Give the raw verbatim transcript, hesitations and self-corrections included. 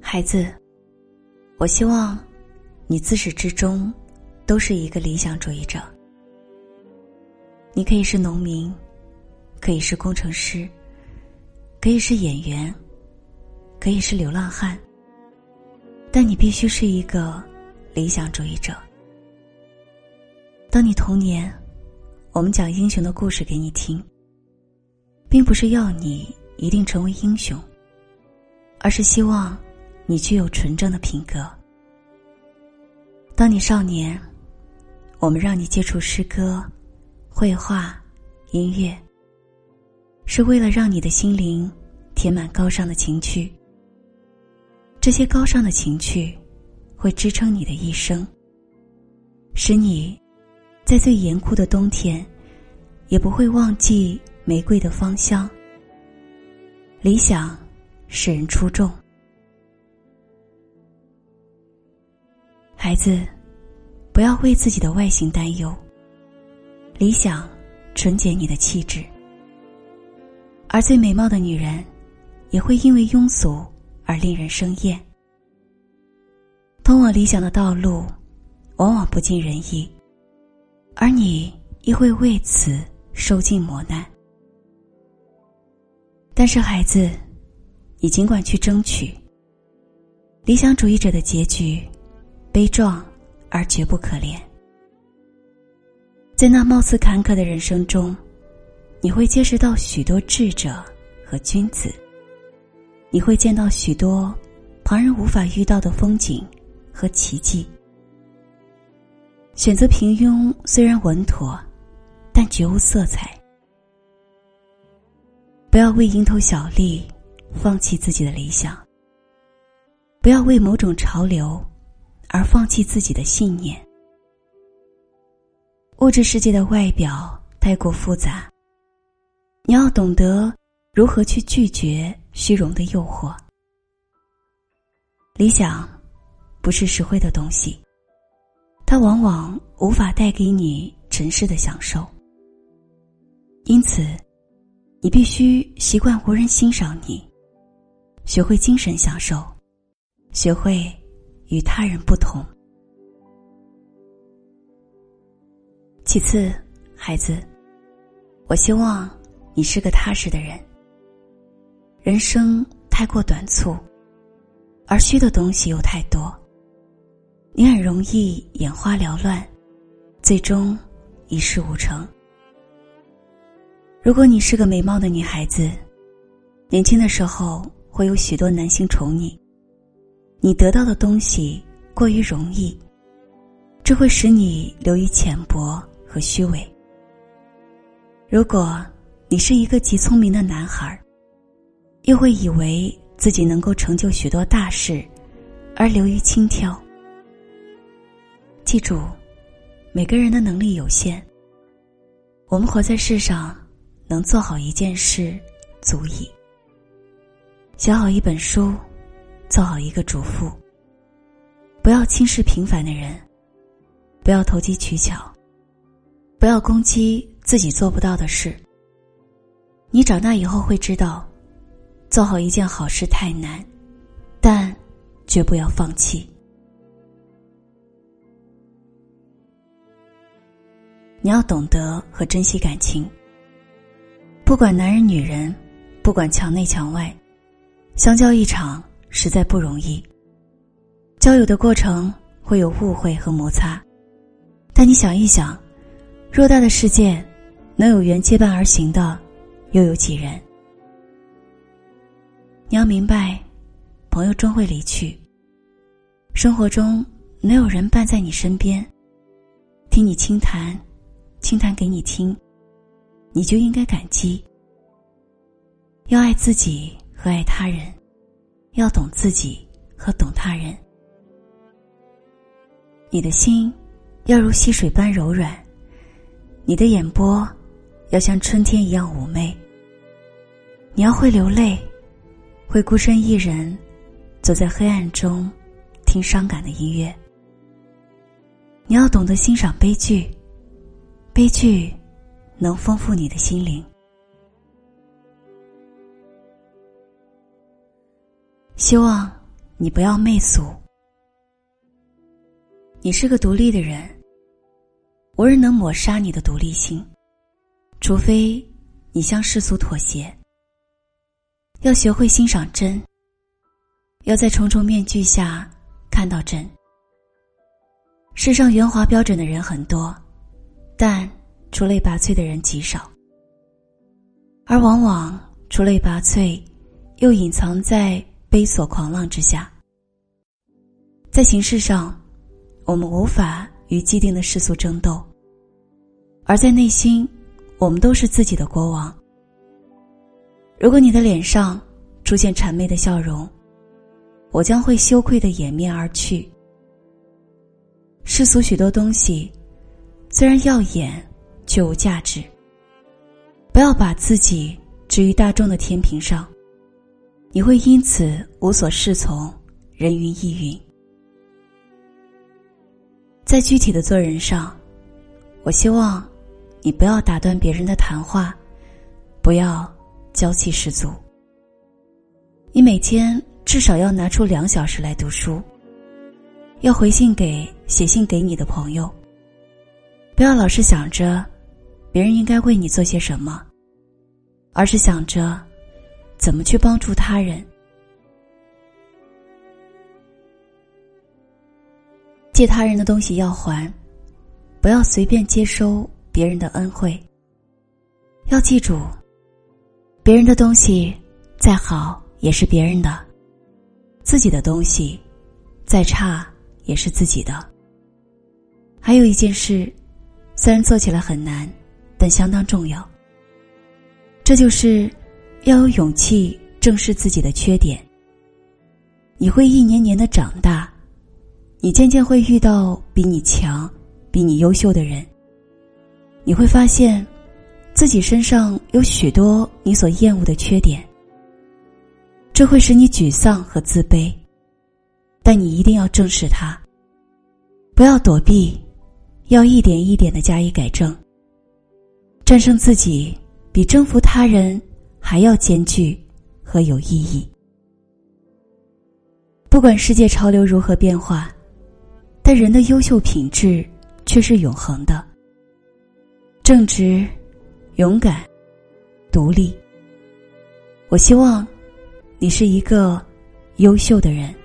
孩子，我希望你自始至终都是一个理想主义者。你可以是农民，可以是工程师，可以是演员，可以是流浪汉，但你必须是一个理想主义者。当你童年，我们讲英雄的故事给你听，并不是要你一定成为英雄，而是希望你具有纯正的品格。当你少年，我们让你接触诗歌、绘画、音乐，是为了让你的心灵填满高尚的情趣。这些高尚的情趣会支撑你的一生，使你在最严酷的冬天也不会忘记玫瑰的芳香。理想使人出众。孩子，不要为自己的外形担忧，理想纯洁你的气质。而最美貌的女人也会因为庸俗而令人生厌。通往理想的道路往往不尽人意，而你亦会为此受尽磨难。但是孩子，你尽管去争取。理想主义者的结局悲壮而绝不可怜。在那貌似坎坷的人生中，你会结识到许多智者和君子，你会见到许多旁人无法遇到的风景和奇迹。选择平庸虽然稳妥，但绝无色彩。不要为蝇头小利放弃自己的理想，不要为某种潮流而放弃自己的信念。物质世界的外表太过复杂，你要懂得如何去拒绝虚荣的诱惑。理想不是实惠的东西，它往往无法带给你尘世的享受。因此，你必须习惯无人欣赏你，学会精神享受，学会与他人不同。其次，孩子，我希望你是个踏实的人。人生太过短促，而虚的东西又太多，你很容易眼花缭乱，最终一事无成。如果你是个美貌的女孩子，年轻的时候会有许多男性宠你，你得到的东西过于容易，这会使你流于浅薄和虚伪。如果你是一个极聪明的男孩，又会以为自己能够成就许多大事，而流于轻佻。记住，每个人的能力有限，我们活在世上，能做好一件事足矣。写好一本书，做好一个主妇。不要轻视平凡的人，不要投机取巧，不要攻击自己做不到的事。你长大以后会知道，做好一件好事太难，但绝不要放弃。你要懂得和珍惜感情。不管男人女人，不管墙内墙外，相交一场实在不容易。交友的过程会有误会和摩擦，但你想一想，偌大的世界，能有缘结伴而行的又有几人？你要明白，朋友终会离去，生活中能有人伴在你身边，听你倾谈，倾谈给你听，你就应该感激。要爱自己和爱他人，要懂自己和懂他人。你的心要如溪水般柔软，你的眼波要像春天一样妩媚。你要会流泪，会孤身一人走在黑暗中听伤感的音乐。你要懂得欣赏悲剧，悲剧能丰富你的心灵。希望你不要媚俗。你是个独立的人，无人能抹杀你的独立性，除非你向世俗妥协。要学会欣赏真，要在重重面具下看到真。世上圆滑标准的人很多，但出类拔萃的人极少，而往往出类拔萃又隐藏在悲琐狂浪之下。在形式上，我们无法与既定的世俗争斗，而在内心，我们都是自己的国王。如果你的脸上出现谄媚的笑容，我将会羞愧地掩面而去。世俗许多东西虽然耀眼，却无价值。不要把自己置于大众的天平上，你会因此无所适从，人云亦云。在具体的做人上，我希望你不要打断别人的谈话，不要娇气十足。你每天至少要拿出两小时来读书，要回信给写信给你的朋友，不要老是想着别人应该为你做些什么，而是想着怎么去帮助他人。借他人的东西要还，不要随便接收别人的恩惠。要记住，别人的东西再好也是别人的，自己的东西再差也是自己的。还有一件事，虽然做起来很难，但相当重要，这就是要有勇气正视自己的缺点。你会一年年的长大，你渐渐会遇到比你强、比你优秀的人，你会发现自己身上有许多你所厌恶的缺点，这会使你沮丧和自卑，但你一定要正视它，不要躲避，要一点一点地加以改正。战胜自己比征服他人还要艰巨和有意义。不管世界潮流如何变化，但人的优秀品质却是永恒的。正直、勇敢、独立。我希望你是一个优秀的人。